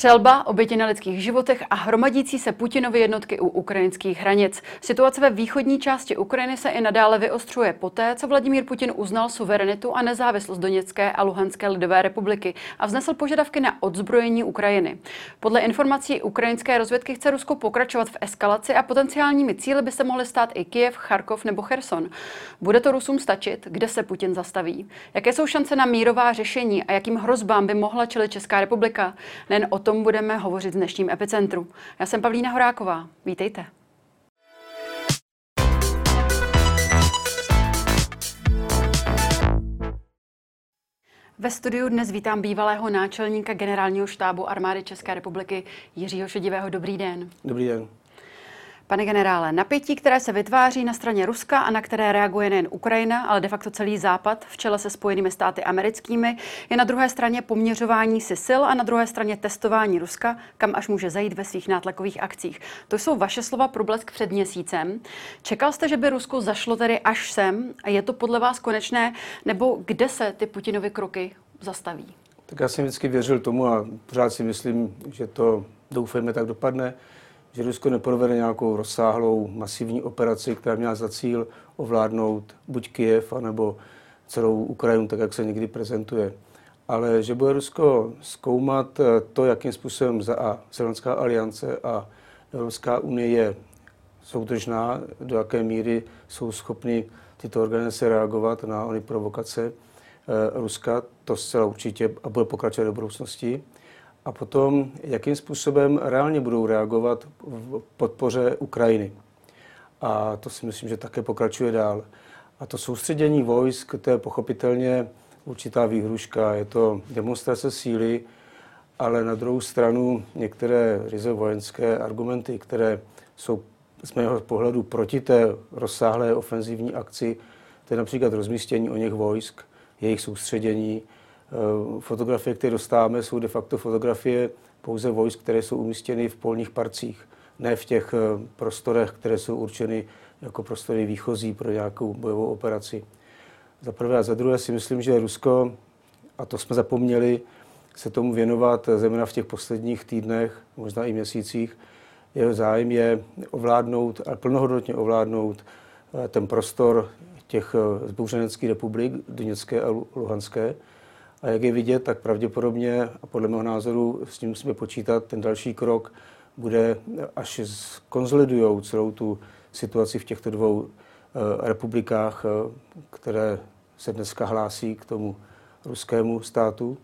Střelba, oběti na lidských životech a hromadící se Putinovy jednotky u ukrajinských hranic. Situace ve východní části Ukrajiny se i nadále vyostřuje poté, co Vladimír Putin uznal suverenitu a nezávislost Doněcké a Luhanské lidové republiky a vznesl požadavky na odzbrojení Ukrajiny. Podle informací ukrajinské rozvědky chce Rusko pokračovat v eskalaci a potenciálními cíli by se mohly stát i Kyjev, Charkov nebo Cherson. Bude to Rusům stačit? Kde se Putin zastaví? Jaké jsou šance na mírová řešení a jakým hrozbám by mohla čelit Česká republika? Nejen o tom budeme hovořit v dnešním epicentru. Já jsem Pavlína Horáková. Vítejte. Ve studiu dnes vítám bývalého náčelníka generálního štábu armády České republiky Jiřího Šedivého. Dobrý den. Dobrý den. Pane generále, napětí, které se vytváří na straně Ruska a na které reaguje nejen Ukrajina, ale de facto celý Západ v čele se Spojenými státy americkými, je na druhé straně poměřování si sil a na druhé straně testování Ruska, kam až může zajít ve svých nátlakových akcích. To jsou vaše slova pro Blesk před měsícem. Čekal jste, že by Rusko zašlo tedy až sem a je to podle vás konečné, nebo kde se ty Putinovy kroky zastaví? Tak já jsem vždycky věřil tomu a pořád si myslím, že to doufejme tak dopadne, že Rusko neprovede nějakou rozsáhlou masivní operaci, která měla za cíl ovládnout buď Kyjev, anebo celou Ukrajinu, tak jak se někdy prezentuje. Ale že bude Rusko zkoumat to, jakým způsobem Severská aliance a Evropská unie je soudržná, do jaké míry jsou schopny tyto organizace reagovat na ony provokace Ruska, to zcela určitě a bude pokračovat do budoucnosti. A potom, jakým způsobem reálně budou reagovat v podpoře Ukrajiny. A to si myslím, že také pokračuje dál. A to soustředění vojsk, to je pochopitelně určitá výhruška, je to demonstrace síly, ale na druhou stranu některé ryze vojenské argumenty, které jsou z mého pohledu proti té rozsáhlé ofenzivní akci, to je například rozmístění o něch vojsk, jejich soustředění. Fotografie, které dostáváme, jsou de facto fotografie pouze vojsk, které jsou umístěny v polních parcích, ne v těch prostorech, které jsou určeny jako prostory výchozí pro nějakou bojovou operaci. Za prvé a za druhé si myslím, že Rusko, a to jsme zapomněli se tomu věnovat, zejména v těch posledních týdnech, možná i měsících, jeho zájem je ovládnout a plnohodnotně ovládnout ten prostor těch zbouřeneckých republik, Doněcké a Luhanské. A jak je vidět, tak pravděpodobně, a podle mého názoru s tím musíme počítat, ten další krok bude, až konsolidujou celou tu situaci v těchto dvou republikách, které se dneska hlásí k tomu ruskému státu,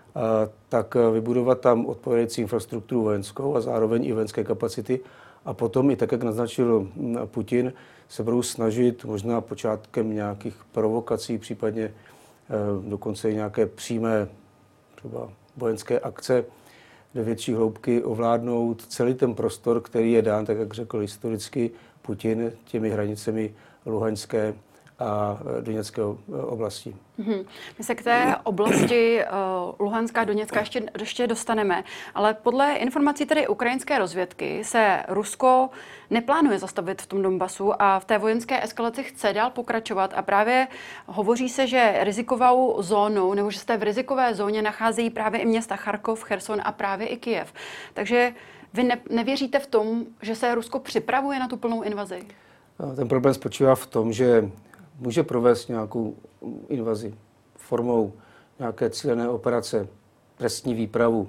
tak vybudovat tam odpovědající infrastrukturu vojenskou a zároveň i vojenské kapacity. A potom, i tak, jak naznačil Putin, se budou snažit možná počátkem nějakých provokací, případně dokonce i nějaké přímé třeba vojenské akce do větší hloubky ovládnout celý ten prostor, který je dán, tak jak řekl historicky Putin, těmi hranicemi Luhanské a Doněcké oblasti. My se k té oblasti Luhanská a Doněcká ještě dostaneme, ale podle informací tedy ukrajinské rozvědky se Rusko neplánuje zastavit v tom Donbasu a v té vojenské eskalaci chce dál pokračovat a právě hovoří se, že rizikovou zónou, nebo že se v rizikové zóně nacházejí právě i města Charkov, Cherson a právě i Kyjev. Takže vy nevěříte v tom, že se Rusko připravuje na tu plnou invazi? Ten problém spočívá v tom, že může provést nějakou invazi formou nějaké cílené operace, trestní výpravu,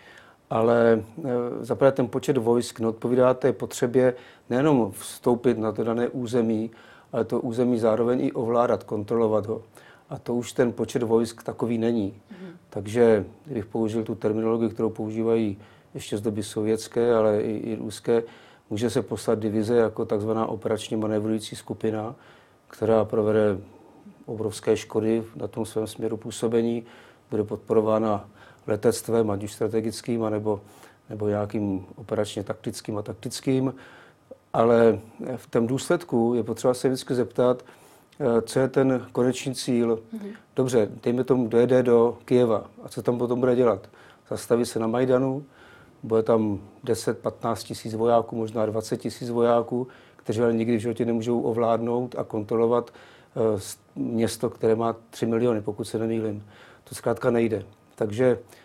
ale zaprvé ten počet vojsk neodpovídá té potřebě nejenom vstoupit na to dané území, ale to území zároveň i ovládat, kontrolovat ho. A to už ten počet vojsk takový není. Takže kdybych použil tu terminologii, kterou používají ještě z doby sovětské, ale i ruské, může se poslat divize jako takzvaná operačně manévrující skupina, která provede obrovské škody na tom svém směru působení, bude podporována letectvem, ať už strategickým, nebo nějakým operačně taktickým. Ale v tom důsledku je potřeba se vždycky zeptat, co je ten konečný cíl. Dobře, dejme tomu, dojede do Kyjeva. A co tam potom bude dělat? Zastaví se na Majdanu, bude tam 10-15 tisíc vojáků, možná 20 tisíc vojáků, kteří ale nikdy v životě nemůžou ovládnout a kontrolovat město, které má 3 miliony, pokud se nemýlím. To zkrátka nejde. Takže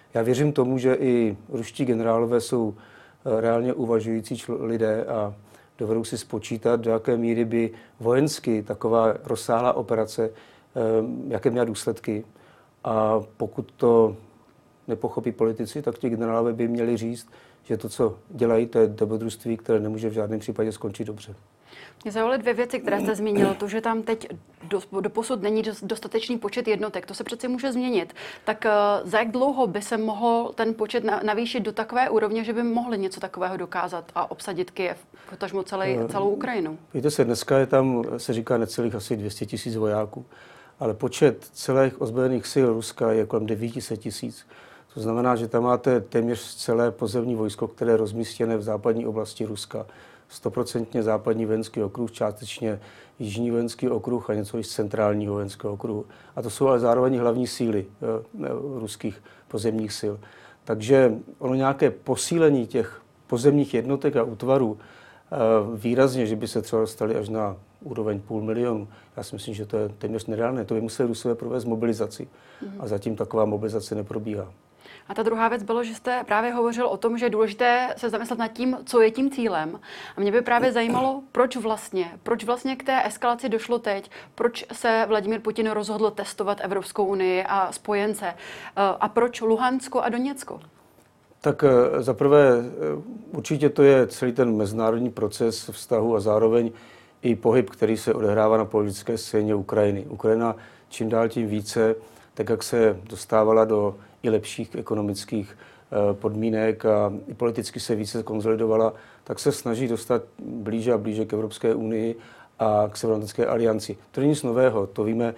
Já věřím tomu, že i ruští generálové jsou reálně uvažující lidé a dovedou si spočítat, do jaké míry by vojensky taková rozsáhlá operace, jaké měla důsledky. A pokud to nepochopí politici, tak ti generálové by měli říct, že to, co dělají, to je dobrodružství, které nemůže v žádném případě skončit dobře. Mě zaujaly dvě věci, které jste zmínil. To, že tam teď doposud není dostatečný počet jednotek, to se přeci může změnit. Tak za jak dlouho by se mohl ten počet navýšit do takové úrovně, že by mohli něco takového dokázat a obsadit Kyjev, potažmo celou Ukrajinu? Víte se, dneska je tam, se říká, necelých asi 200 000 vojáků, ale počet celých ozbrojených sil Ruska je kolem 900 000. To znamená, že tam máte téměř celé pozemní vojsko, které je rozmístěné v západní oblasti Ruska. 100% západní vojenský okruh, částečně jižní vojenský okruh a něco z centrálního vojenského okruhu. A to jsou ale zároveň hlavní síly ruských pozemních sil. Takže ono nějaké posílení těch pozemních jednotek a útvarů výrazně, že by se třeba dostali až na úroveň 500 000. Já si myslím, že to je téměř nereálné. To by museli Rusové provést mobilizaci. A zatím taková mobilizace neprobíhá. A ta druhá věc bylo, že jste právě hovořil o tom, že je důležité se zamyslet nad tím, co je tím cílem. A mě by právě zajímalo, proč vlastně k té eskalaci došlo teď, proč se Vladimír Putin rozhodl testovat Evropskou unii a spojence a proč Luhansko a Doněcko? Tak zaprvé určitě to je celý ten mezinárodní proces vztahu a zároveň i pohyb, který se odehrává na politické scéně Ukrajiny. Ukrajina čím dál tím více, tak jak se dostávala do i lepších ekonomických podmínek a i politicky se více konzolidovala, tak se snaží dostat blíže a blíže k Evropské unii a k Severoatlantické alianci. To není nic nového, to víme,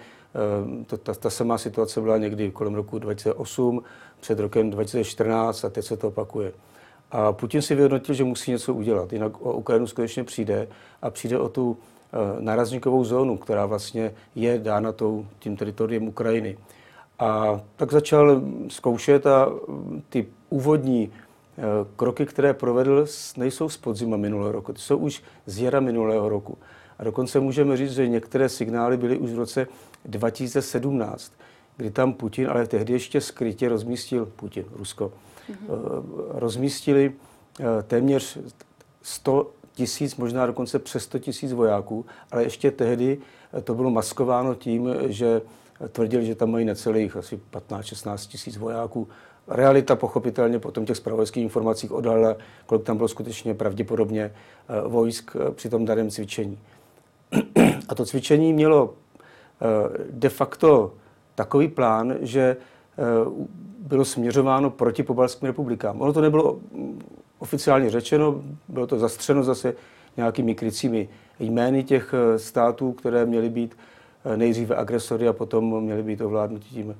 ta samá situace byla někdy kolem roku 2008, před rokem 2014 a teď se to opakuje. A Putin si vyhodnotil, že musí něco udělat, jinak o Ukrajinu skutečně přijde a přijde o tu nárazníkovou zónu, která vlastně je dána tím teritoriem Ukrajiny. A tak začal zkoušet a ty úvodní kroky, které provedl, nejsou z podzima minulého roku, ty jsou už z jara minulého roku. A dokonce můžeme říct, že některé signály byly už v roce 2017, kdy tam Putin, ale tehdy ještě skrytě Rusko, rozmístili téměř 100 000, možná dokonce přes 100 000 vojáků, ale ještě tehdy to bylo maskováno tím, že tvrdili, že tam mají necelých asi 15-16 000 vojáků. Realita pochopitelně potom těch zpravodajských informacích odhalila, kolik tam bylo skutečně pravděpodobně vojsk při tom daném cvičení. A to cvičení mělo de facto takový plán, že bylo směřováno proti pobaltským republikám. Ono to nebylo oficiálně řečeno, bylo to zastřeno zase nějakými krycími jmény těch států, které měly být nejdříve agresory a potom měly být ovládnuti tím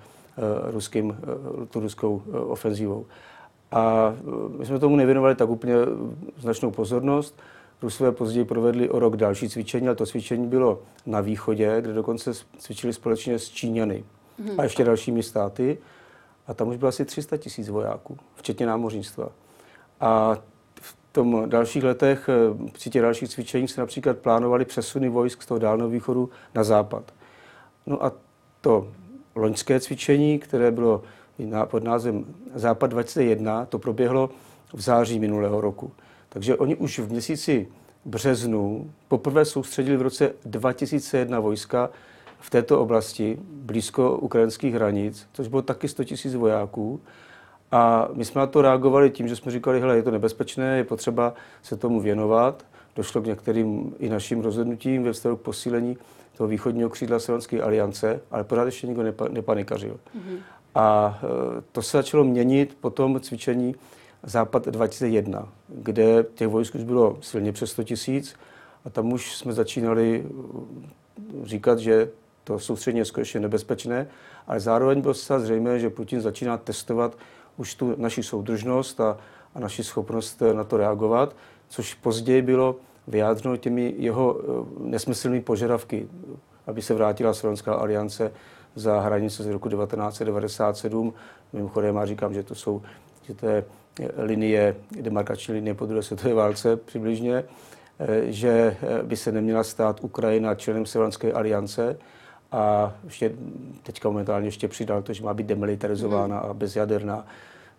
ruskou ofenzívou. A my jsme tomu nevěnovali tak úplně značnou pozornost. Rusové později provedli o rok další cvičení, ale to cvičení bylo na východě, kde dokonce cvičili společně s Číňany a ještě dalšími státy. A tam už bylo asi 300 000 vojáků, včetně námořnictva. A v tom dalších letech, při těch dalších cvičeních se například plánovaly přesuny vojsk z toho dálného východu na západ. No a to loňské cvičení, které bylo pod názvem Západ 2021, to proběhlo v září minulého roku. Takže oni už v měsíci březnu poprvé soustředili v roce 2001 vojska v této oblasti, blízko ukrajinských hranic, což bylo taky 100 000 vojáků. A my jsme na to reagovali tím, že jsme říkali, hele, je to nebezpečné, je potřeba se tomu věnovat. Došlo k některým i našim rozhodnutím ve vztahu k posílení toho východního křídla Severoatlantické aliance, ale pořád ještě nikdo nepanikařil. A to se začalo měnit po tom cvičení Západ 2001, kde těch vojsk už bylo silně přes 100 000 a tam už jsme začínali říkat, že to soustředění je skutečně nebezpečné, ale zároveň bylo zcela zřejmé, že Putin začíná testovat už tu naši soudržnost a naši schopnost na to reagovat, což později bylo vyjádřeno těmi jeho nesmyslnými požadavky, aby se vrátila Severoatlantická aliance za hranice z roku 1997. Mimochodem já říkám, že to je linie, demarkační linie po druhé světové válce přibližně, že by se neměla stát Ukrajina členem Severoatlantické aliance a ještě teďka momentálně ještě přidal to, že má být demilitarizována a bezjaderná.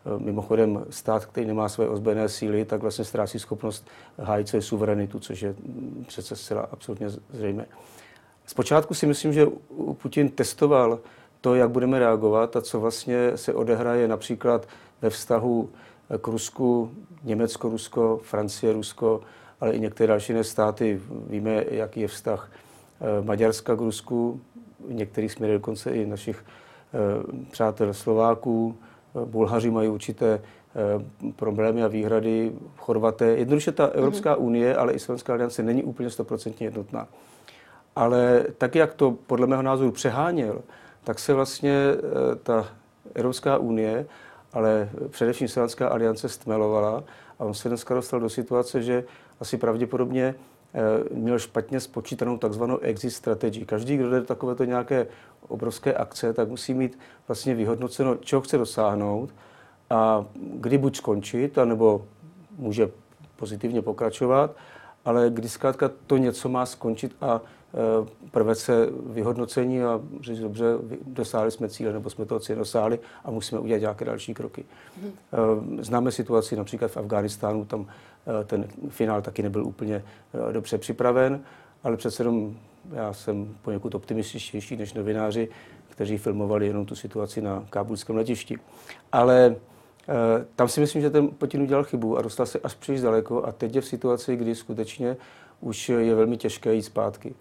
Mimochodem stát, který nemá své ozbrojené síly, tak vlastně ztrácí schopnost hájit své suverenitu, což je přece zcela absolutně zřejmé. Zpočátku si myslím, že Putin testoval to, jak budeme reagovat a co vlastně se odehraje například ve vztahu k Rusku, Německo, Rusko, Francie, Rusko, ale i některé další státy. Víme, jaký je vztah Maďarska k Rusku, v některých směrech dokonce i našich přátel Slováků. Bulhaři mají určité problémy a výhrady, Chorvaté. Jednoduše ta Evropská unie, ale i Slovenská aliance není úplně 100% jednotná. Ale tak, jak to podle mého názoru přeháněl, tak se vlastně ta Evropská unie, ale především Slovenská aliance stmelovala a on se dneska dostal do situace, že asi pravděpodobně měl špatně spočítanou takzvanou exit strategy. Každý, kdo jde do takovéto nějaké obrovské akce, tak musí mít vlastně vyhodnoceno, čeho chce dosáhnout a kdy buď skončit, anebo může pozitivně pokračovat, ale kdy zkrátka to něco má skončit a prvé se vyhodnocení a říct, dobře, dosáhli jsme cíle, nebo jsme toho cíle dosáhli a musíme udělat nějaké další kroky. Známe situaci například v Afghánistánu, tam ten finál taky nebyl úplně dobře připraven, ale přece jenom já jsem poněkud optimističtější než novináři, kteří filmovali jenom tu situaci na kábulském letišti. Ale tam si myslím, že ten Putin udělal chybu a dostal se až příliš daleko a teď je v situaci, kdy skutečně už je velmi těžké jít zpátky.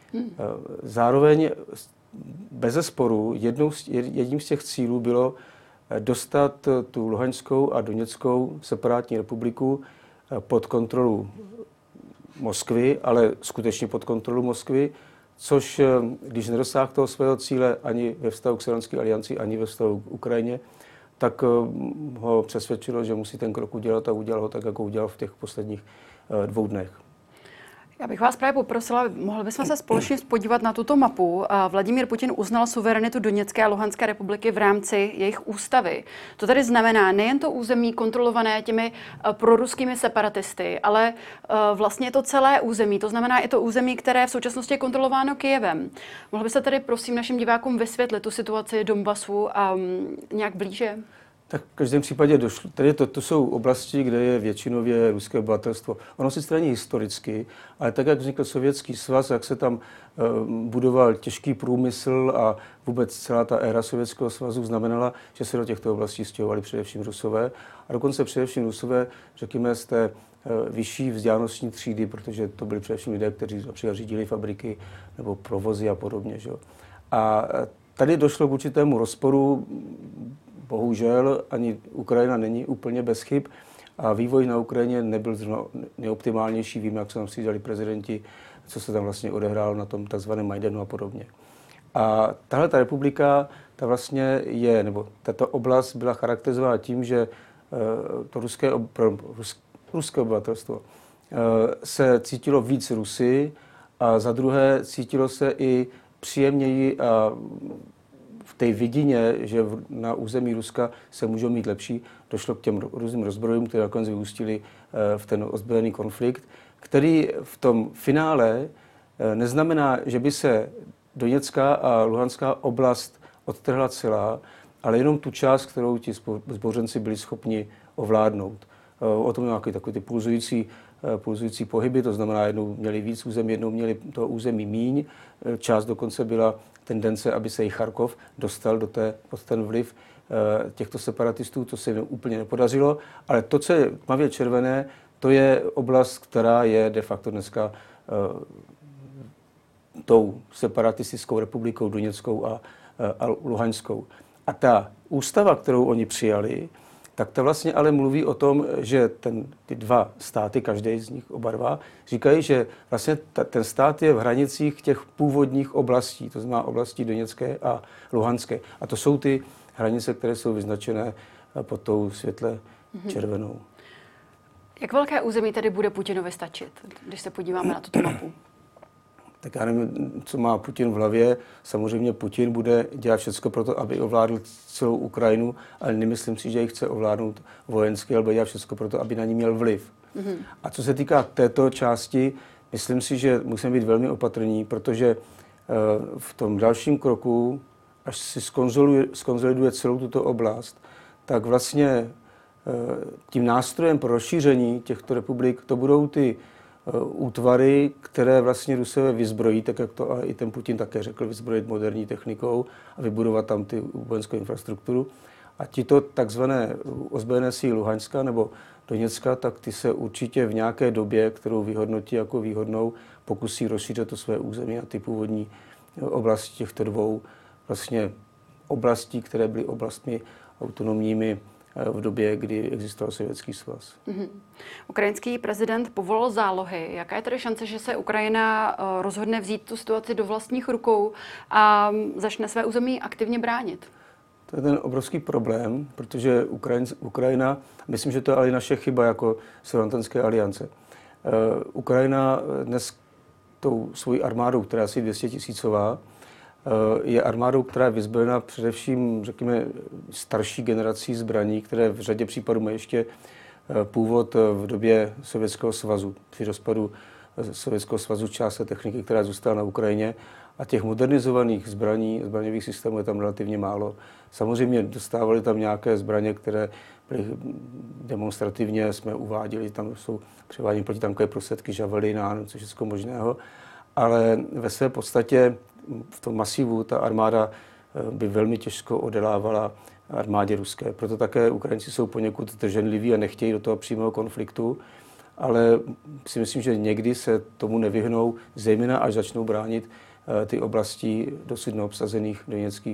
Zároveň bezesporu jedním z těch cílů bylo dostat tu Luhanskou a Doněckou separátní republiku pod kontrolu Moskvy, ale skutečně pod kontrolu Moskvy, což když nedosáhl toho svého cíle ani ve vztahu k Severanské alianci, ani ve vztahu k Ukrajině, tak ho přesvědčilo, že musí ten krok udělat a udělal ho tak, jako udělal v těch posledních 2 dnech. Já bych vás právě poprosila, mohli bychom se společně podívat na tuto mapu. Vladimír Putin uznal suverenitu Doněcké a Luhanské republiky v rámci jejich ústavy. To tedy znamená nejen to území kontrolované těmi proruskými separatisty, ale vlastně to celé území. To znamená i to území, které v současnosti je kontrolováno Kyjevem. Mohl byste tedy prosím našim divákům vysvětlit tu situaci Donbasu a nějak blíže? Tak v každém případě došlo. Tady to jsou oblasti, kde je většinově ruské obyvatelstvo. Ono sice není historicky, ale tak, jak vznikl Sovětský svaz, jak se tam budoval těžký průmysl a vůbec celá ta éra Sovětského svazu znamenala, že se do těchto oblastí stěhovali především Rusové. A dokonce především Rusové, řekněme, z té vyšší vzdělanostní třídy, protože to byli především lidé, kteří například řídili fabriky nebo provozy a podobně. Že? A tady došlo k určitému rozporu. Bohužel ani Ukrajina není úplně bez chyb a vývoj na Ukrajině nebyl nejoptimálnější. Víme, jak se tam střídali prezidenti, co se tam vlastně odehrálo na tom takzvaném Majdanu a podobně. A tahle ta republika, ta vlastně je, nebo tato oblast byla charakterizována tím, že to ruské obyvatelstvo se cítilo víc Rusy a za druhé cítilo se i příjemněji a v té vidině, že na území Ruska se můžou mít lepší, došlo k těm různým rozbrojům, které nakonec vyústily v ten ozbrojený konflikt, který v tom finále neznamená, že by se Doněcká a Luhanská oblast odtrhla celá, ale jenom tu část, kterou ti zbouřenci byli schopni ovládnout. O tom nějaké takové ty pulzující pohyby, to znamená, jednou měli víc území, jednou měli to území míň. Část dokonce byla tendence, aby se i Charkov dostal pod ten vliv těchto separatistů, to se jim úplně nepodařilo. Ale to, co je tmavě červené, to je oblast, která je de facto dneska tou separatistickou republikou Doněckou a Luhanskou. A ta ústava, kterou oni přijali, tak ta vlastně ale mluví o tom, že ty 2 státy, každý z nich, oba 2, říkají, že vlastně ten stát je v hranicích těch původních oblastí, to znamená oblastí Doněcké a Luhanské. A to jsou ty hranice, které jsou vyznačené pod tou světle červenou. Jak velké území tedy bude Putinovi stačit, když se podíváme na tuto mapu? Tak já nevím, co má Putin v hlavě. Samozřejmě Putin bude dělat všechno pro to, aby ovládl celou Ukrajinu, ale nemyslím si, že ji chce ovládnout vojensky, ale bude dělat všechno pro to, aby na ní měl vliv. Mm-hmm. A co se týká této části, myslím si, že musíme být velmi opatrní, protože v tom dalším kroku, až si skonsoliduje celou tuto oblast, tak vlastně tím nástrojem pro rozšíření těchto republik to budou ty útvary, které vlastně Rusové vyzbrojí, tak jak to i ten Putin také řekl, vyzbrojit moderní technikou a vybudovat tam ty vojenskou infrastrukturu. A tito takzvané ozbrojené síly Luhanska nebo Doněcka, tak ty se určitě v nějaké době, kterou vyhodnotí jako výhodnou, pokusí rozšířit to své území a ty původní oblasti těchto dvou vlastně oblastí, které byly oblastmi autonomními v době, kdy existoval Sovětský svaz. Ukrajinský prezident povolal zálohy. Jaká je tedy šance, že se Ukrajina rozhodne vzít tu situaci do vlastních rukou a začne své území aktivně bránit? To je ten obrovský problém, protože Ukrajina, myslím, že to je ale naše chyba jako Severoatlantické aliance. Ukrajina dnes tou svojí armádou, která je asi 200 000, je armádou, která je vyzbrojena především, řekněme, starší generací zbraní, které v řadě případů mají ještě původ v době Sovětského svazu. Při rozpadu Sovětského svazu část techniky, která zůstala na Ukrajině. A těch modernizovaných zbraňových systémů je tam relativně málo. Samozřejmě dostávali tam nějaké zbraně, které byly demonstrativně, jsme uváděli, tam jsou převáděny protitankové prostředky, Javelina, což je všechno možného. Ale ve své podstatě v tom masivu ta armáda by velmi těžko odolávala armádě ruské. Proto také Ukrajinci jsou poněkud zdrženliví a nechtějí do toho přímého konfliktu, ale si myslím, že někdy se tomu nevyhnou, zejména až začnou bránit ty oblasti dosud neobsazených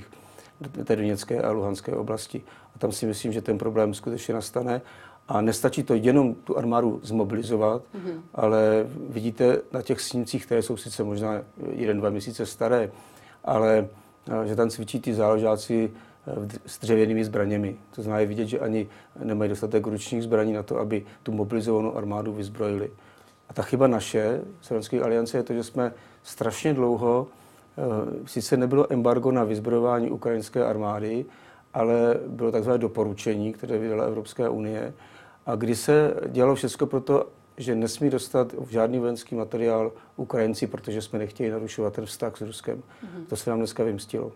té Doněcké a Luhanské oblasti. A tam si myslím, že ten problém skutečně nastane. A nestačí to jenom tu armádu zmobilizovat, ale vidíte na těch snímcích, které jsou sice možná 1-2 měsíce staré, ale že tam cvičí ty záložáci s dřevěnými zbraněmi. To znamená vidět, že ani nemají dostatek ručních zbraní na to, aby tu mobilizovanou armádu vyzbrojili. A ta chyba naše, Severoatlantické aliance, je to, že jsme strašně dlouho, sice nebylo embargo na vyzbrojování ukrajinské armády, ale bylo takzvané doporučení, které vydala Evropská unie, a kdy se dělalo všechno pro to, že nesmí dostat žádný vojenský materiál Ukrajinci, protože jsme nechtěli narušovat ten vztah s Ruskem. To se nám dneska vymstilo.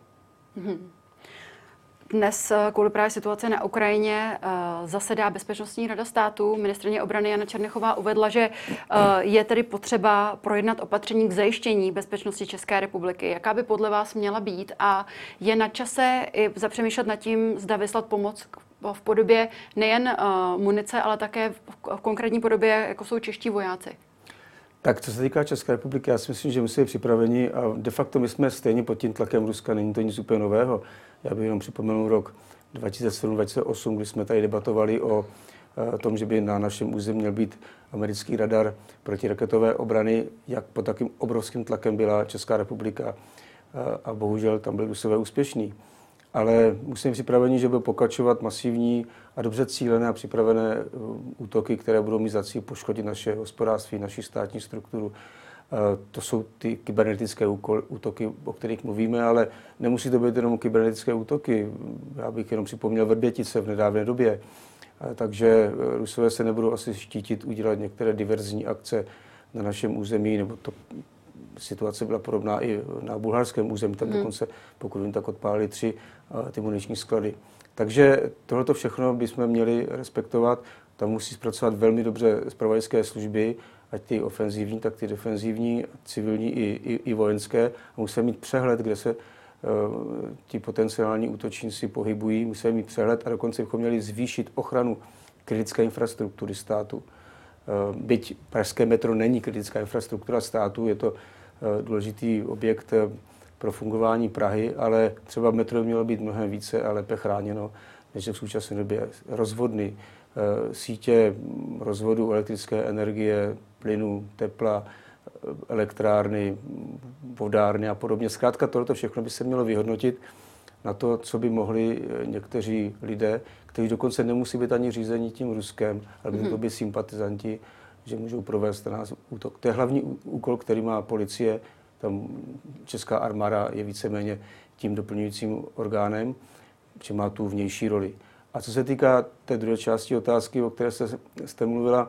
Dnes kvůli právě situace na Ukrajině zasedá Bezpečnostní rada státu. Ministryně obrany Jana Černochová uvedla, že je tedy potřeba projednat opatření k zajištění bezpečnosti České republiky. Jaká by podle vás měla být? A je na čase i zapřemýšlet nad tím, zda vyslat pomoc v podobě nejen munice, ale také v konkrétní podobě, jako jsou čeští vojáci? Tak co se týká České republiky, já si myslím, že musí být připraveni a de facto my jsme stejně pod tím tlakem Ruska, není to nic úplně nového. Já bych jenom připomenul rok 2007-2008, kdy jsme tady debatovali o tom, že by na našem území měl být americký radar protiraketové obrany, jak pod takým obrovským tlakem byla Česká republika a bohužel tam byli Rusové úspěšní. Ale musíme být připraveni, že budou pokračovat masivní a dobře cílené a připravené útoky, které budou mít za cíl poškodit naše hospodářství, naši státní strukturu. To jsou ty kybernetické útoky, o kterých mluvíme, ale nemusí to být jenom kybernetické útoky. Já bych jenom připomněl Vrbětice v nedávné době. Takže Rusové se nebudou asi štítit udělat některé diverzní akce na našem území, nebo to situace byla podobná i na bulharském území, tam dokonce, pokud vím, tak odpálili 3 ty muniční sklady. Takže tohleto všechno bychom měli respektovat. Tam musí zpracovat velmi dobře zpravodajské služby, ať ty ofenzivní, tak ty defenzivní, civilní i vojenské. A musíme mít přehled, kde se ti potenciální útočníci pohybují. Musíme mít přehled a dokonce bychom měli zvýšit ochranu kritické infrastruktury státu. Byť pražské metro není kritická infrastruktura státu, je to důležitý objekt pro fungování Prahy, ale třeba metro by mělo být mnohem více a lépe chráněno, než v současné době. Rozvodny, sítě rozvodu elektrické energie, plynu, tepla, elektrárny, vodárny a podobně. Zkrátka tohle všechno by se mělo vyhodnotit na to, co by mohli někteří lidé, kteří dokonce nemusí být ani řízení tím Ruskem, ale by to být sympatizanti, že můžou provést na nás útok. To je hlavní úkol, který má policie. Tam česká armáda je víceméně tím doplňujícím orgánem, že má tu vnější roli. A co se týká té druhé části otázky, o které jste mluvila,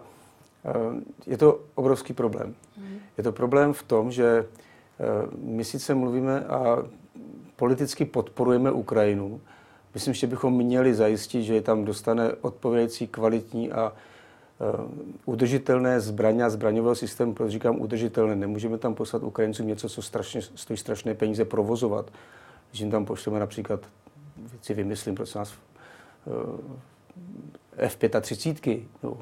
je to obrovský problém. Je to problém v tom, že my sice mluvíme a politicky podporujeme Ukrajinu, Myslím, že bychom měli zajistit, že tam dostane odpovědající kvalitní a udržitelné zbraně a zbraňového systému, protože říkám udržitelné. Nemůžeme tam poslat Ukrajincům něco, co stojí strašné peníze provozovat. Když jim tam pošleme například, věci vymyslím, prosím nás, F-35, no.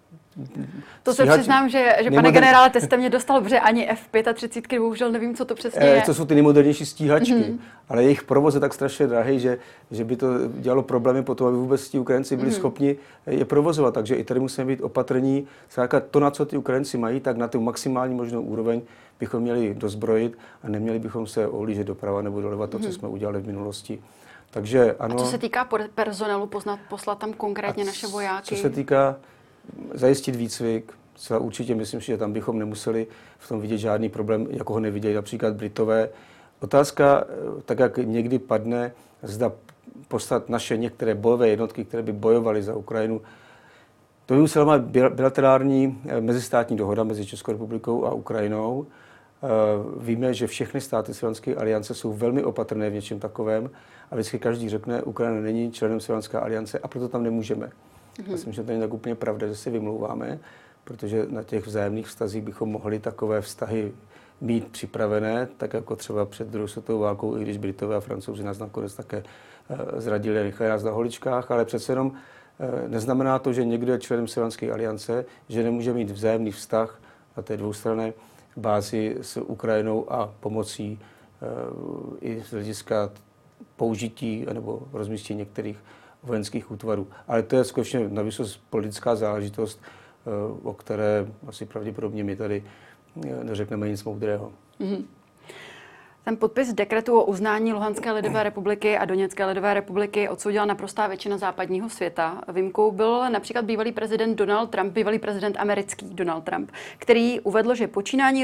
To se přiznám, že pane generále, te jste mě dostal, protože ani F-35, bohužel nevím, co to přesně je. To jsou ty nejmodernější stíhačky, ale jejich provoz je tak strašně drahý, že by to dělalo problémy potom, aby vůbec ti Ukrajinci byli schopni je provozovat. Takže i tady musíme být opatrní. Zkrátka to, na co ty Ukrajinci mají, tak na tu maximální možnou úroveň bychom měli dozbrojit a neměli bychom se ohlížet doprava nebo doleva to, co jsme udělali v minulosti. Takže ano. A co se týká personelu, poslat tam konkrétně naše vojáky? Co se týká zajistit výcvik, celá určitě myslím, že tam bychom nemuseli v tom vidět žádný problém, jako ho neviděli například Britové. Otázka, tak jak někdy padne, zda poslat naše některé bojové jednotky, které by bojovaly za Ukrajinu, to by musela být bilaterální mezistátní dohoda mezi Českou republikou a Ukrajinou. Víme, že všechny státy Severské aliance jsou velmi opatrné v něčem takovém a vždycky každý řekne, Ukrajina není členem Severské aliance a proto tam nemůžeme. Myslím, že to není tak úplně pravda, že si vymlouváme, protože na těch vzájemných vztazích bychom mohli takové vztahy mít připravené, tak jako třeba před druhou světovou válkou, i když Britové a Francouzi nás nakonec také zradili a nechali nás na holičkách, ale přece jenom neznamená to, že někdo je členem Severské aliance, že nemůže mít vzájemný vztah na té dvoustranné bázi s Ukrajinou a pomocí i z hlediska použití nebo rozmístění některých vojenských útvarů. Ale to je skutečně navíc politická záležitost, o které asi pravděpodobně my tady neřekneme nic moudrého. Ten podpis dekretu o uznání Luhanské lidové republiky a Doněcké lidové republiky odsoudila naprostá většina západního světa. Výjimkou byl například bývalý prezident Donald Trump, bývalý prezident americký Donald Trump, který uvedl, že počínání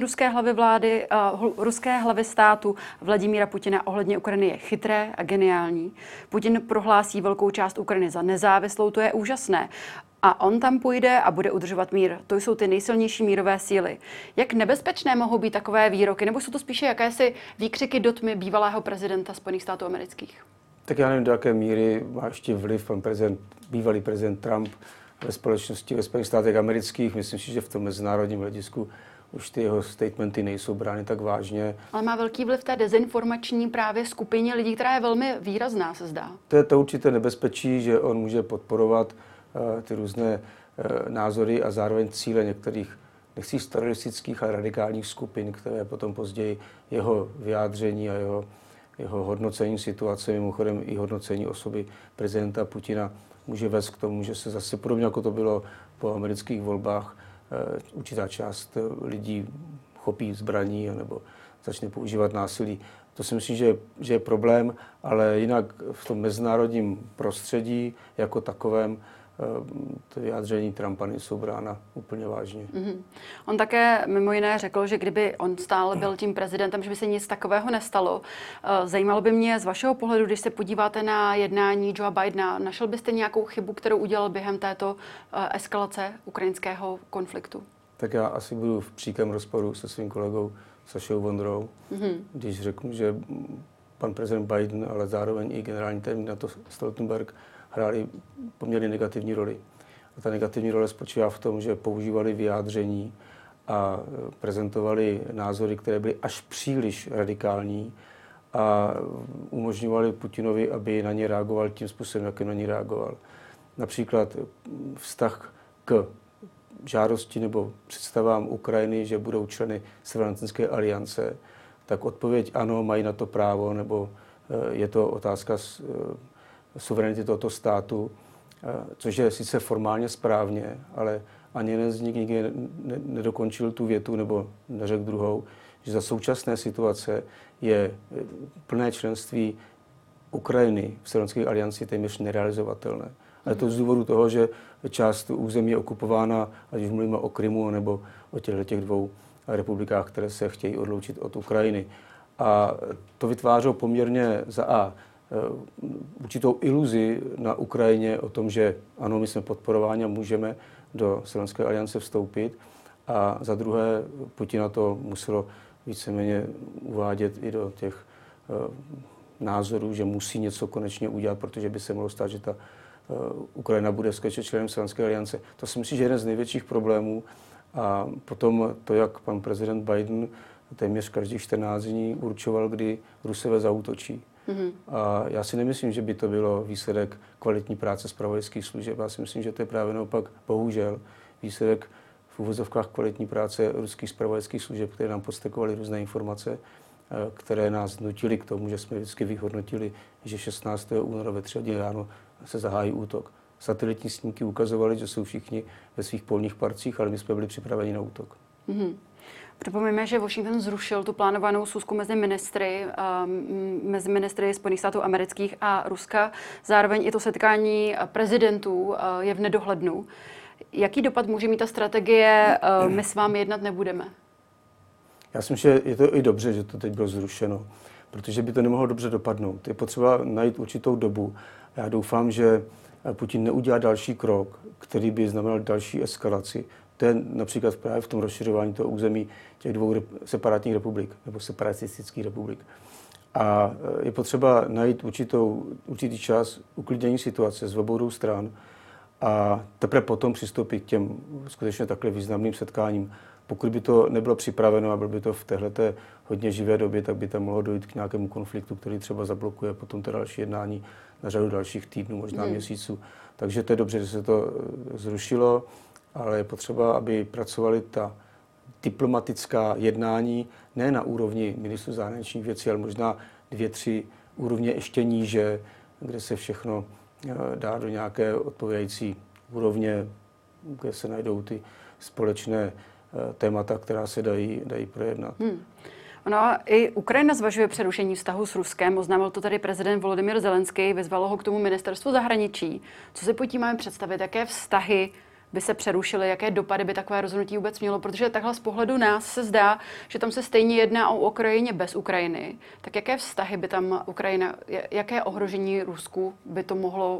ruské hlavy státu Vladimíra Putina ohledně Ukrajiny je chytré a geniální. Putin prohlásí velkou část Ukrajiny za nezávislou, to je úžasné. A on tam půjde a bude udržovat mír. To jsou ty nejsilnější mírové síly. Jak nebezpečné mohou být takové výroky? Nebo jsou to spíše jakési výkřiky do tmy bývalého prezidenta Spojených států amerických? Tak já nevím, do jaké míry má ještě vliv bývalý prezident Trump ve společnosti ve Spojených státech amerických. Myslím si, že v tom mezinárodním hledisku už ty jeho statementy nejsou brány tak vážně. Ale má velký vliv té dezinformační právě skupině lidí, která je velmi výrazná, se zdá. To je to určité nebezpečí, že on může podporovat ty různé názory a zároveň cíle některých, nechci teroristických a radikálních skupin, které potom později jeho vyjádření a jeho hodnocení situace, mimochodem i hodnocení osoby prezidenta Putina může vést k tomu, že se zase podobně jako to bylo po amerických volbách, určitá část lidí chopí zbraní nebo začne používat násilí. To si myslím, že je problém, ale jinak v tom mezinárodním prostředí jako takovém to vyjádření Trumpa nejsou brána úplně vážně. On také mimo jiné řekl, že kdyby on stále byl tím prezidentem, že by se nic takového nestalo. Zajímalo by mě z vašeho pohledu, když se podíváte na jednání Joea Bidena, našel byste nějakou chybu, kterou udělal během této eskalace ukrajinského konfliktu? Tak já asi budu v příkrém rozporu se svým kolegou Sašou Vondrou, když řeknu, že pan prezident Biden, ale zároveň i generální tajemník NATO Stoltenberg hráli poměrně negativní roli. A ta negativní role spočívá v tom, že používali vyjádření a prezentovali názory, které byly až příliš radikální a umožňovali Putinovi, aby na ně reagoval tím způsobem, jakým na ně reagoval. Například vztah k žádosti nebo představám Ukrajiny, že budou členy Severoatlantické aliance, tak odpověď ano, mají na to právo, nebo je to otázka suverenity tohoto státu, což je sice formálně správně, ale ani jeden z nich nikdy nedokončil tu větu nebo neřekl druhou, že za současné situace je plné členství Ukrajiny v Severoatlantické alianci téměř nerealizovatelné. Ale to z důvodu toho, že část území je okupována, ať už mluvíme o Krymu nebo o těch dvou republikách, které se chtějí odloučit od Ukrajiny. A to vytvářelo poměrně určitou iluzi na Ukrajině o tom, že ano, my jsme podporováni a můžeme do Severoatlantické aliance vstoupit. A za druhé, Putina to muselo víceméně uvádět i do těch názoru, že musí něco konečně udělat, protože by se mohlo stát, že ta Ukrajina bude skutečně členem Severské aliance. To si myslím, že je jeden z největších problémů. A potom to, jak pan prezident Biden téměř každých 14 dní určoval, kdy Rusové zaútočí. A já si nemyslím, že by to bylo výsledek kvalitní práce zpravodajských služeb. Já si myslím, že to je právě naopak, bohužel, výsledek v uvozovkách kvalitní práce ruských zpravodajských služeb, které nám podstrkovaly různé informace, které nás nutily k tomu, že jsme vždycky vyhodnotili, že 16. února ve 3 hodiny ráno se zahájí útok. Satelitní snímky ukazovaly, že jsou všichni ve svých polních parcích, ale my jsme byli připraveni na útok. Připomeňme, že Washington zrušil tu plánovanou schůzku mezi ministry Spojených států amerických a Ruska. Zároveň i to setkání prezidentů je v nedohlednu. Jaký dopad může mít ta strategie my s vámi jednat nebudeme? Já si myslím, že je to i dobře, že to teď bylo zrušeno, protože by to nemohlo dobře dopadnout. Je potřeba najít určitou dobu. Já doufám, že Putin neudělá další krok, který by znamenal další eskalaci. To je například právě v tom rozšiřování toho území těch dvou separátních republik nebo separatistických republik. A je potřeba najít určitý čas uklidnění situace z obou stran a teprve potom přistoupit k těm skutečně takhle významným setkáním. Pokud by to nebylo připraveno a bylo by to v téhleté hodně živé době, tak by tam mohlo dojít k nějakému konfliktu, který třeba zablokuje potom to další jednání na řadu dalších týdnů, možná měsíců. Takže to je dobře, že se to zrušilo, ale je potřeba, aby pracovali ta diplomatická jednání ne na úrovni ministrů zahraničních věcí, ale možná 2-3 úrovně ještě níže, kde se všechno dá do nějaké odpovídající úrovně, kde se najdou ty společné témata, která se dají projednat. Ono i Ukrajina zvažuje přerušení vztahu s Ruskem. Oznámil to tady prezident Volodymyr Zelenský, vyzvalo ho k tomu ministerstvo zahraničí. Co si pod tím máme představit? Jaké vztahy by se přerušily, jaké dopady by takové rozhodnutí vůbec mělo? Protože takhle z pohledu nás se zdá, že tam se stejně jedná o Ukrajině bez Ukrajiny. Tak jaké vztahy by tam Ukrajina, jaké ohrožení Rusku by to mohlo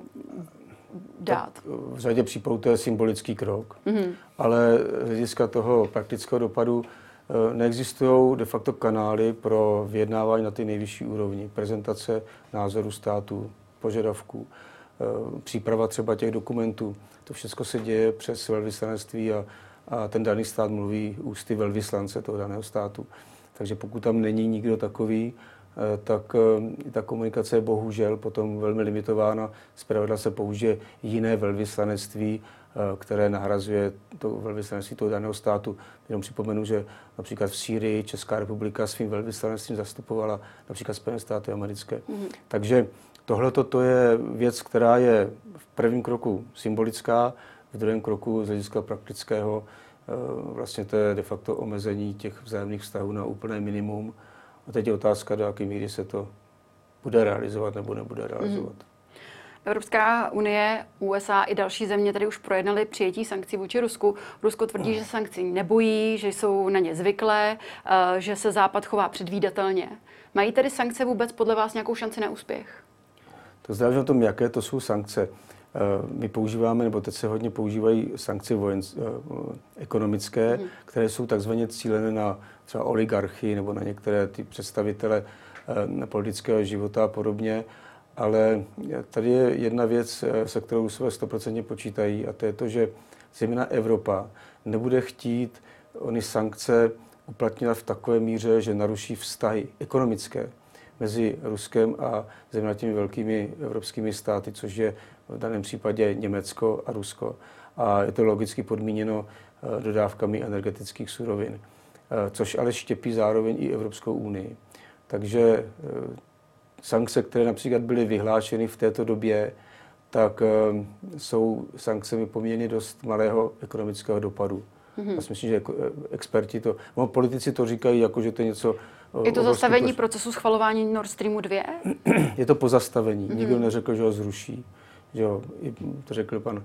dát? Tak v řadě případů to je symbolický krok, ale z hlediska toho praktického dopadu neexistují de facto kanály pro vyjednávání na ty nejvyšší úrovni, prezentace názoru státu, požadavků, příprava třeba těch dokumentů. To všechno se děje přes velvyslanectví a ten daný stát mluví ústy velvyslance toho daného státu. Takže pokud tam není nikdo takový, tak ta komunikace je bohužel potom velmi limitována. Zpravidla se použije jiné velvyslanectví, které nahrazuje to velvyslanectví toho daného státu. Jenom připomenu, že například v Sýrii Česká republika svým velvyslanectvím zastupovala například Spojené státy americké. Takže tohleto je věc, která je v prvním kroku symbolická, v druhém kroku z hlediska praktického vlastně to je de facto omezení těch vzájemných vztahů na úplné minimum. A teď je otázka, do jaké míry se to bude realizovat nebo nebude realizovat. Evropská unie, USA i další země tady už projednaly přijetí sankcí vůči Rusku. Rusko tvrdí, že sankcí nebojí, že jsou na ně zvyklé, že se Západ chová předvídatelně. Mají tedy sankce vůbec podle vás nějakou šanci na úspěch? To záleží na tom, jaké to jsou sankce. My používáme, nebo teď se hodně používají sankce ekonomické, které jsou takzvaně cílené na třeba oligarchy nebo na některé ty představitele politického života a podobně. Ale tady je jedna věc, se kterou se 100% počítají, a to je to, že zejména Evropa nebude chtít ony sankce uplatňovat v takové míře, že naruší vztahy ekonomické mezi Ruskem a zejména těmi velkými evropskými státy, což je v daném případě Německo a Rusko. A je to logicky podmíněno dodávkami energetických surovin, což ale štěpí zároveň i Evropskou unii. Takže sankce, které například byly vyhlášeny v této době, tak jsou sankcemi poměrně dost malého ekonomického dopadu. Já si myslím, že experti politici to říkají, jako že to je něco... Je to zastavení procesu schvalování Nord Streamu 2? Je to pozastavení. Nikdo neřekl, že ho zruší. Že jo, to řekl pan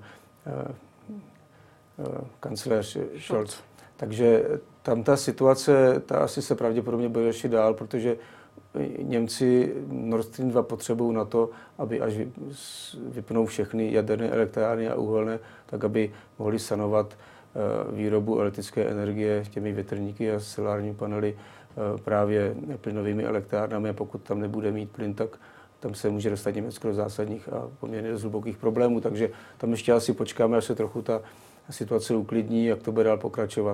kancléř Scholz. Takže tam ta situace, ta asi se pravděpodobně bude řešit dál, protože Němci Nord Stream 2 potřebují na to, aby až vypnou všechny jaderné elektrárny a uhelné, tak aby mohli sanovat výrobu elektrické energie těmi větrníky a solárními panely právě plynovými elektrárnami, a pokud tam nebude mít plyn, tak tam se může dostat Německo do zásadních a poměrně dost hlubokých problémů, takže tam ještě asi počkáme, až se trochu ta situace uklidní, jak to bude dál pokračovat.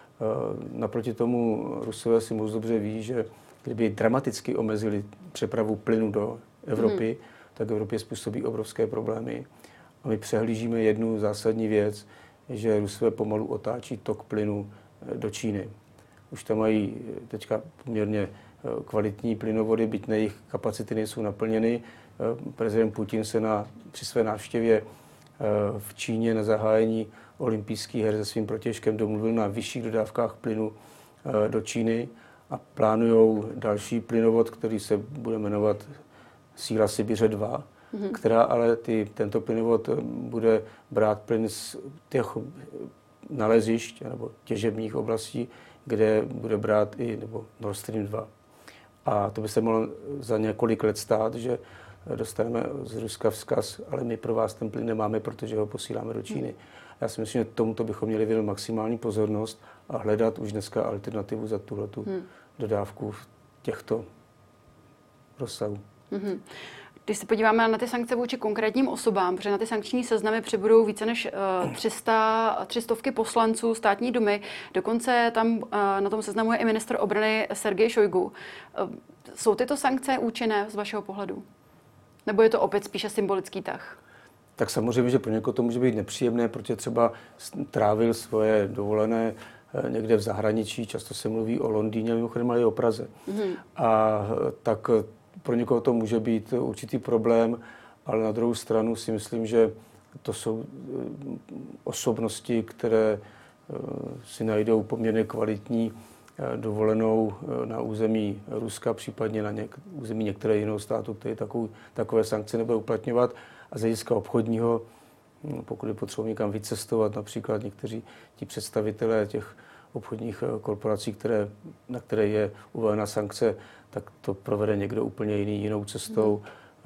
Naproti tomu Rusové si moc dobře ví, že kdyby dramaticky omezili přepravu plynu do Evropy, tak Evropě způsobí obrovské problémy. A my přehlížíme jednu zásadní věc, že Rusové pomalu otáčí tok plynu do Číny. Už tam mají teďka poměrně kvalitní plynovody, byť jejich kapacity nejsou naplněny. Prezident Putin se při své návštěvě v Číně na zahájení olympijských her se svým protějškem domluvil na vyšších dodávkách plynu do Číny a plánují další plynovod, který se bude jmenovat Síla Sibiře 2, která ale tento plynovod bude brát plyn z těch nalezišť nebo těžebních oblastí, kde bude brát i nebo Nord Stream 2. A to by se mohlo za několik let stát, že dostaneme z Ruska vzkaz, ale my pro vás ten plyn nemáme, protože ho posíláme do Číny. Já si myslím, že tomuto bychom měli věnovat maximální pozornost a hledat už dneska alternativu za tuhletu dodávku v těchto rozsahů. Když se podíváme na ty sankce vůči konkrétním osobám, protože na ty sankční seznamy přibudou více než 300 poslanců státní dumy, dokonce tam na tom seznamu je i ministr obrany Sergej Šojgu. Jsou tyto sankce účinné z vašeho pohledu? Nebo je to opět spíše symbolický tah? Tak samozřejmě, že pro někoho to může být nepříjemné, protože třeba trávil svoje dovolené někde v zahraničí, často se mluví o Londýně, mimochodem ale i o Praze. A tak pro někoho to může být určitý problém, ale na druhou stranu si myslím, že to jsou osobnosti, které si najdou poměrně kvalitní dovolenou na území Ruska, případně na území některé jiného státu, který takové sankce nebude uplatňovat. A z hlediska obchodního, pokud je potřeba někam vycestovat, například někteří ti představitelé těch obchodních korporací, na které je uvalena sankce, tak to provede někdo úplně jinou cestou.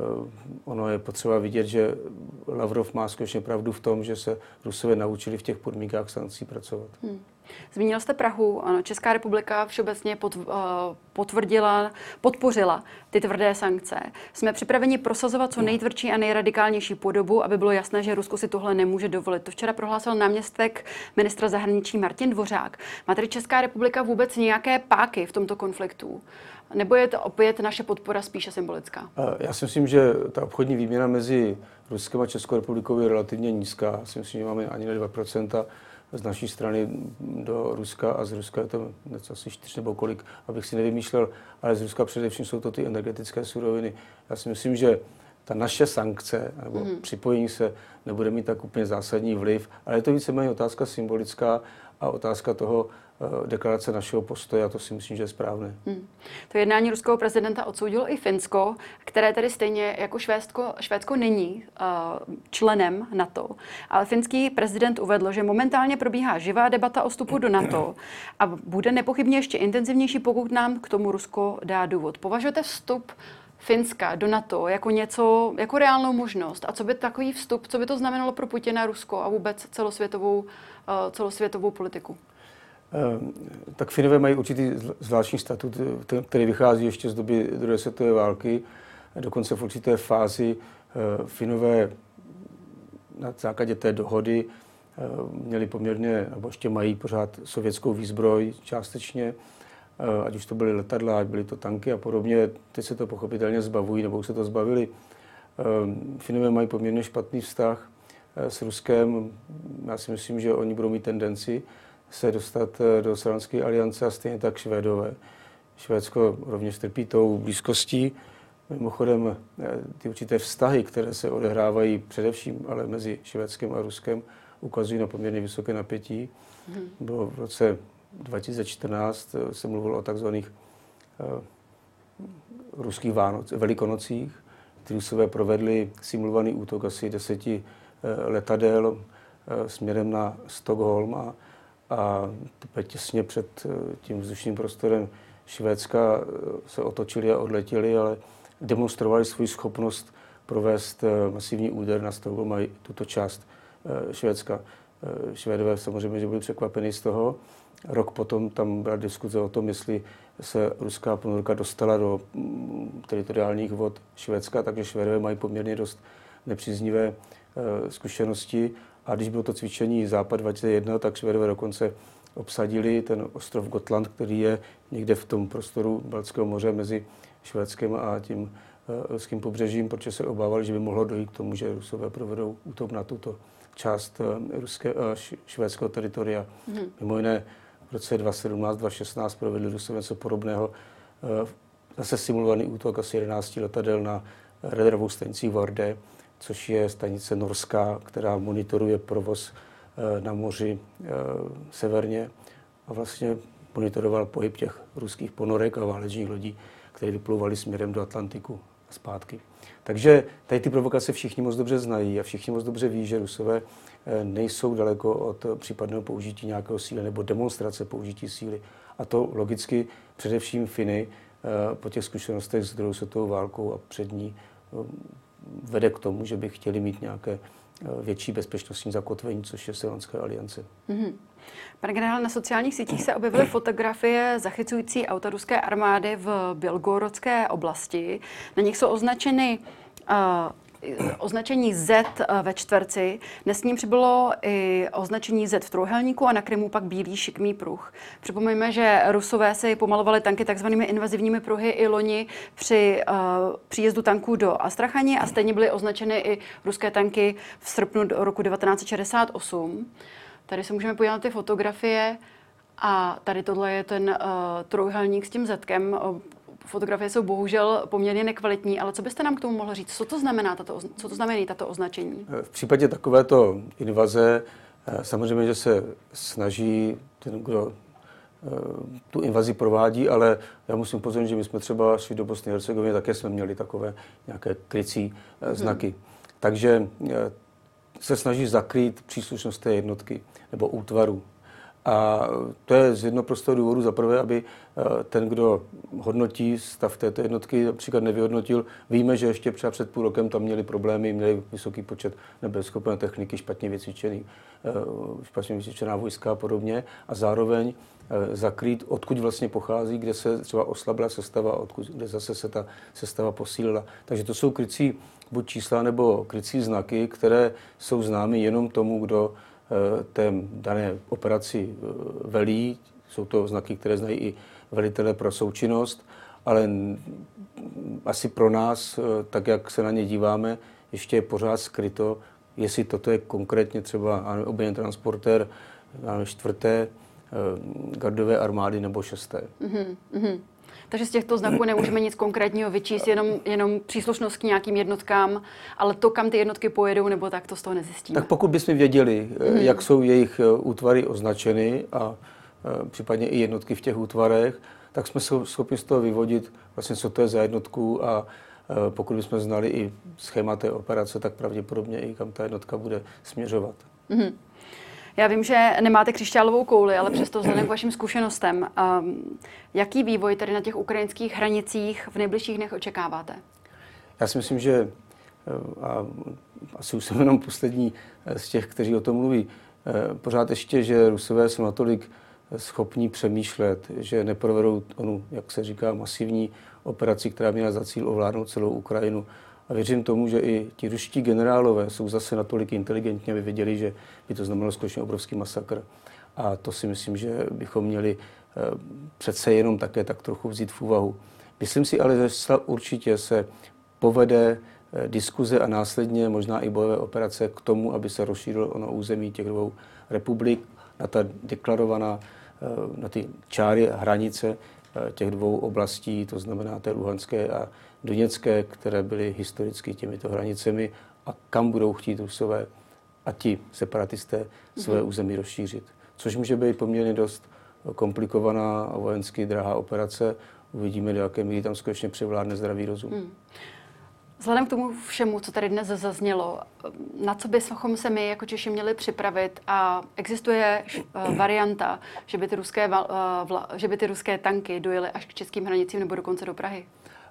Ono je potřeba vidět, že Lavrov má skutečně pravdu v tom, že se Rusové naučili v těch podmínkách sankcí pracovat. Zmínil jste Prahu. Ano, Česká republika všeobecně podpořila ty tvrdé sankce. Jsme připraveni prosazovat co nejtvrdší a nejradikálnější podobu, aby bylo jasné, že Rusko si tohle nemůže dovolit. To včera prohlásil náměstek ministra zahraničí Martin Dvořák. Má tedy Česká republika vůbec nějaké páky v tomto konfliktu? Nebo je to opět naše podpora spíše symbolická? Já si myslím, že ta obchodní výměna mezi Ruskem a Českou republikou je relativně nízká. Já si myslím, že máme ani na 2% z naší strany do Ruska a z Ruska je to asi 4 nebo kolik, abych si nevymýšlel, ale z Ruska především jsou to ty energetické suroviny. Já si myslím, že ta naše sankce nebo připojení se nebude mít tak úplně zásadní vliv, ale je to víceméně otázka symbolická a otázka toho deklarace našeho postoje a to si myslím, že je správné. To jednání ruského prezidenta odsoudilo i Finsko, které tedy stejně jako Švédsko není členem NATO. Ale finský prezident uvedl, že momentálně probíhá živá debata o vstupu do NATO a bude nepochybně ještě intenzivnější, pokud nám k tomu Rusko dá důvod. Považujete vstup Finska do NATO jako něco, jako reálnou možnost? A co by takový vstup, co by to znamenalo pro Putina, Rusko a vůbec celosvětovou politiku? Tak Finové mají určitý zvláštní statut, který vychází ještě z doby druhé světové války. Dokonce v určité fázi Finové na základě té dohody měli poměrně, nebo ještě mají pořád sovětskou výzbroj částečně, ať už to byly letadla, ať byly to tanky a podobně. Teď se to pochopitelně zbavují, nebo už se to zbavili. Finové mají poměrně špatný vztah s Ruskem. Já si myslím, že oni budou mít tendenci se dostat do Severské aliance a stejně tak Švédové. Švédsko rovněž trpí tou blízkostí. Mimochodem, ty určité vztahy, které se odehrávají především ale mezi Švédskem a Ruskem, ukazují na poměrně vysoké napětí. Bylo v roce 2014 se mluvilo o takzvaných ruských velikonocích. Ty Rusové provedli simulovaný útok asi 10 letadel směrem na Stockholm a těsně před tím vzdušným prostorem Švédska se otočili a odletěli, ale demonstrovali svou schopnost provést masivní úder na Stockholm a tuto část Švédska. Švédové samozřejmě, že byli překvapeni z toho. Rok potom tam byla diskuze o tom, jestli se ruská ponorka dostala do teritoriálních vod Švédska, takže Švédové mají poměrně dost nepříznivé zkušenosti. A když bylo to cvičení Západ 2001, tak Švédové dokonce obsadili ten ostrov Gotland, který je někde v tom prostoru Baltského moře mezi Švédskem a tím ruským pobřežím, protože se obávali, že by mohlo dojít k tomu, že Rusové provedou útok na tuto část švédského teritoria. Mimo jiné v roce 2017-2016 provedli Rusové něco podobného. Zase simulovaný útok asi 11 letadel na radarovou stanici Vardé, což je stanice norská, která monitoruje provoz na moři severně a vlastně monitoroval pohyb těch ruských ponorek a válečných lodí, které vyplouvaly směrem do Atlantiku a zpátky. Takže tady ty provokace všichni moc dobře znají a všichni moc dobře ví, že Rusové nejsou daleko od případného použití nějakého síly nebo demonstrace použití síly. A to logicky především Finy po těch zkušenostech s druhou světovou válkou a před ní vede k tomu, že by chtěli mít nějaké větší bezpečnostní zakotvení, což je Severská aliance. Pane generále, na sociálních sítích se objevily fotografie zachycující auta ruské armády v Bělgorodské oblasti. Na nich jsou označení Z ve čtverci. Dnes k ním přibylo i označení Z v trojúhelníku a na Krymu pak bílý šikmý pruh. Připomeňme, že Rusové si pomalovali tanky takzvanými invazivními pruhy i loni při příjezdu tanků do Astrachani a stejně byly označeny i ruské tanky v srpnu roku 1968. Tady se můžeme podívat na ty fotografie a tady tohle je ten trojúhelník s tím Zetkem. Fotografie jsou bohužel poměrně nekvalitní, ale co byste nám k tomu mohl říct? Co to znamená tato označení? V případě takovéto invaze samozřejmě, že se snaží ten, kdo tu invazi provádí, ale já musím upozornit, že my jsme třeba šli do Bosny a Hercegoviny, také jsme měli takové nějaké krycí znaky. Takže se snaží zakrýt příslušnost té jednotky nebo útvaru. A to je z jednoho prostého důvodu. Za prvé, aby ten, kdo hodnotí stav této jednotky, například nevyhodnotil. Víme, že ještě třeba před půl rokem tam měli problémy, měli vysoký počet nebeschopné techniky, špatně vycvičená vojska a podobně. A zároveň zakrýt, odkud vlastně pochází, kde se třeba oslabila sestava, kde zase se ta sestava posílila. Takže to jsou krycí buď čísla nebo krycí znaky, které jsou známy jenom tomu, kdo té dané operaci velí. Jsou to znaky, které znají i velitelé pro součinnost, ale asi pro nás, tak jak se na ně díváme, ještě je pořád skryto, jestli toto je konkrétně třeba obrněný transportér 4. gardové armády nebo 6. Takže z těchto znaků nemůžeme nic konkrétního vyčíst, jenom příslušnost k nějakým jednotkám, ale to, kam ty jednotky pojedou, nebo tak, to z toho nezjistíme. Tak pokud bychom věděli, jak jsou jejich útvary označeny a případně i jednotky v těch útvarech, tak jsme schopni z toho vyvodit vlastně, co to je za jednotku a pokud bychom znali i schéma té operace, tak pravděpodobně i kam ta jednotka bude směřovat. Já vím, že nemáte křišťálovou kouli, ale přesto vzhledem k vašim zkušenostem, jaký vývoj tady na těch ukrajinských hranicích v nejbližších dnech očekáváte? Já si myslím, že a asi už jsem jenom poslední z těch, kteří o tom mluví, pořád ještě, že Rusové jsou natolik schopní přemýšlet, že neprovedou onu, jak se říká, masivní operaci, která měla za cíl ovládnout celou Ukrajinu. A věřím tomu, že i ti ruští generálové jsou zase natolik inteligentní, aby věděli, že by to znamenalo skutečně obrovský masakr. A to si myslím, že bychom měli přece jenom také tak trochu vzít v úvahu. Myslím si ale, že určitě se povede diskuze a následně možná i bojové operace k tomu, aby se rozšířilo ono území těch dvou republik na ta deklarovaná, na ty čáry hranice těch dvou oblastí, to znamená té Luhanské a Doněcké, které byly historicky těmito hranicemi a kam budou chtít Rusové a ti separatisté své území rozšířit. Což může být poměrně dost komplikovaná a vojensky drahá operace. Uvidíme, do jaké míry tam skutečně převládne zdravý rozum. Vzhledem k tomu všemu, co tady dnes zaznělo, na co bychom se my jako Češi měli připravit a existuje varianta, že by ty ruské tanky dojely až k českým hranicím nebo dokonce do Prahy?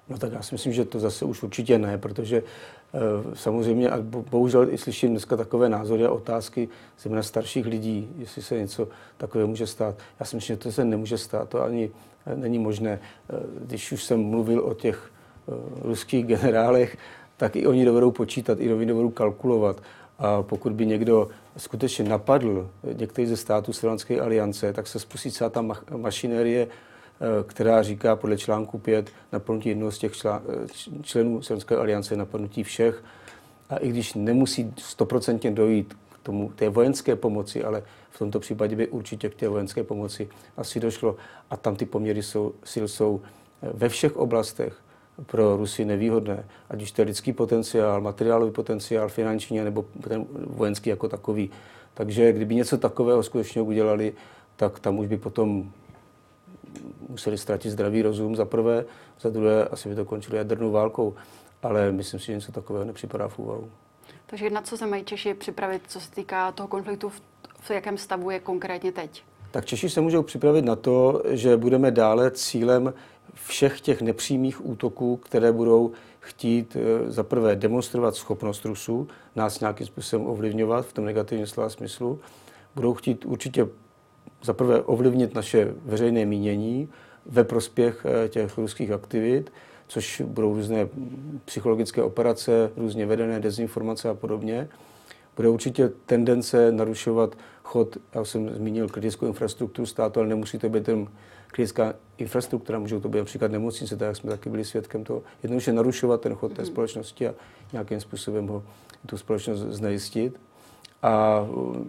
No tak já si myslím, že to zase už určitě ne, protože samozřejmě, a bohužel i slyším dneska takové názory a otázky zejména starších lidí, jestli se něco takového může stát. Já si myslím, že to se nemůže stát, to ani není možné. Když už jsem mluvil o těch ruských generálech, tak i oni dovedou počítat, i oni dovedou kalkulovat. A pokud by někdo skutečně napadl některý ze států Severoatlantické aliance, tak se spustí celá ta mašinérie, která říká podle článku 5 napadnutí jednoho z těch členů Severoatlantické aliance, napadnutí všech. A i když nemusí 100% dojít k tomu, té vojenské pomoci, ale v tomto případě by určitě k té vojenské pomoci asi došlo. A tam ty poměry sil jsou ve všech oblastech pro Rusy nevýhodné. Ať už to je lidský potenciál, materiálový potenciál, finanční nebo ten vojenský jako takový. Takže kdyby něco takového skutečně udělali, tak tam už by potom museli ztratit zdravý rozum za prvé, za druhé asi by to končilo jadernou válkou. Ale myslím si, že něco takového nepřipadá v úvahu. Takže na co se mají Češi připravit, co se týká toho konfliktu, v jakém stavu je konkrétně teď? Tak Češi se můžou připravit na to, že budeme dále cílem všech těch nepřímých útoků, které budou chtít za prvé demonstrovat schopnost Rusů, nás nějakým způsobem ovlivňovat v tom negativním slova smyslu. Budou chtít určitě za prvé ovlivnit naše veřejné mínění ve prospěch těch ruských aktivit, což budou různé psychologické operace, různě vedené dezinformace a podobně. Bude určitě tendence narušovat chod, já jsem zmínil kritickou infrastrukturu státu, ale nemusí to být jen kritická infrastruktura, můžou to být například nemocnice, tak jak jsme taky byli svědkem toho. Jednoduše narušovat ten chod té společnosti a nějakým způsobem ho tu společnost znejistit. A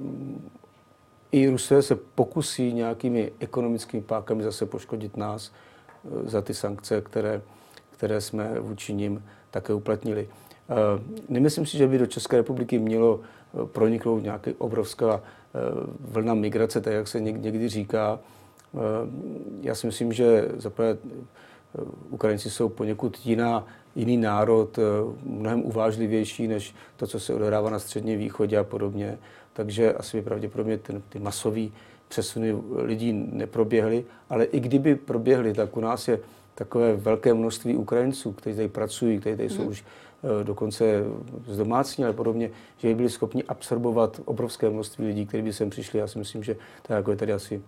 i Rusové se pokusí nějakými ekonomickými pákami zase poškodit nás za ty sankce, které jsme vůči nim také uplatnili. Nemyslím si, že by do České republiky mělo proniknout nějaká obrovská vlna migrace, tak jak se někdy říká. Já si myslím, že zaprvé Ukrajinci jsou poněkud jiný národ, mnohem uvážlivější než to, co se odehrává na Středním východě a podobně. Takže asi by pravděpodobně ty masové přesuny lidí neproběhly, ale i kdyby proběhly, tak u nás je takové velké množství Ukrajinců, kteří tady pracují, kteří tady jsou už dokonce zdomácní, ale podobně, že by byli schopni absorbovat obrovské množství lidí, kteří by sem přišli. Já si myslím, že to je tady asi...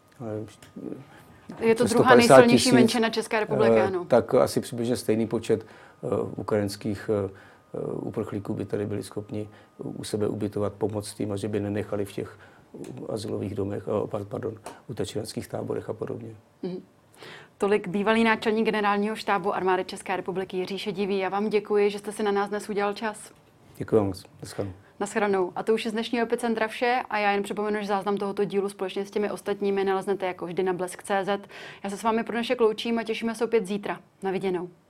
Je to druhá nejsilnější menšina České republiky, ano. Tak asi přibližně stejný počet ukrajinských uprchlíků by tady byli schopni u sebe ubytovat, pomoct tím, a že by nenechali v těch azylových domech, utečeneckých táborech a podobně. Tolik bývalý náčelník generálního štábu armády České republiky Jiří Šedivý. Já vám děkuji, že jste si na nás dnes udělal čas. Děkuji vám moc. Naschledanou. A to už je z dnešního Epicentra vše a já jen připomenu, že záznam tohoto dílu společně s těmi ostatními naleznete jako vždy na blesk.cz. Já se s vámi pro dnešek loučím a těšíme se opět zítra. Na viděnou.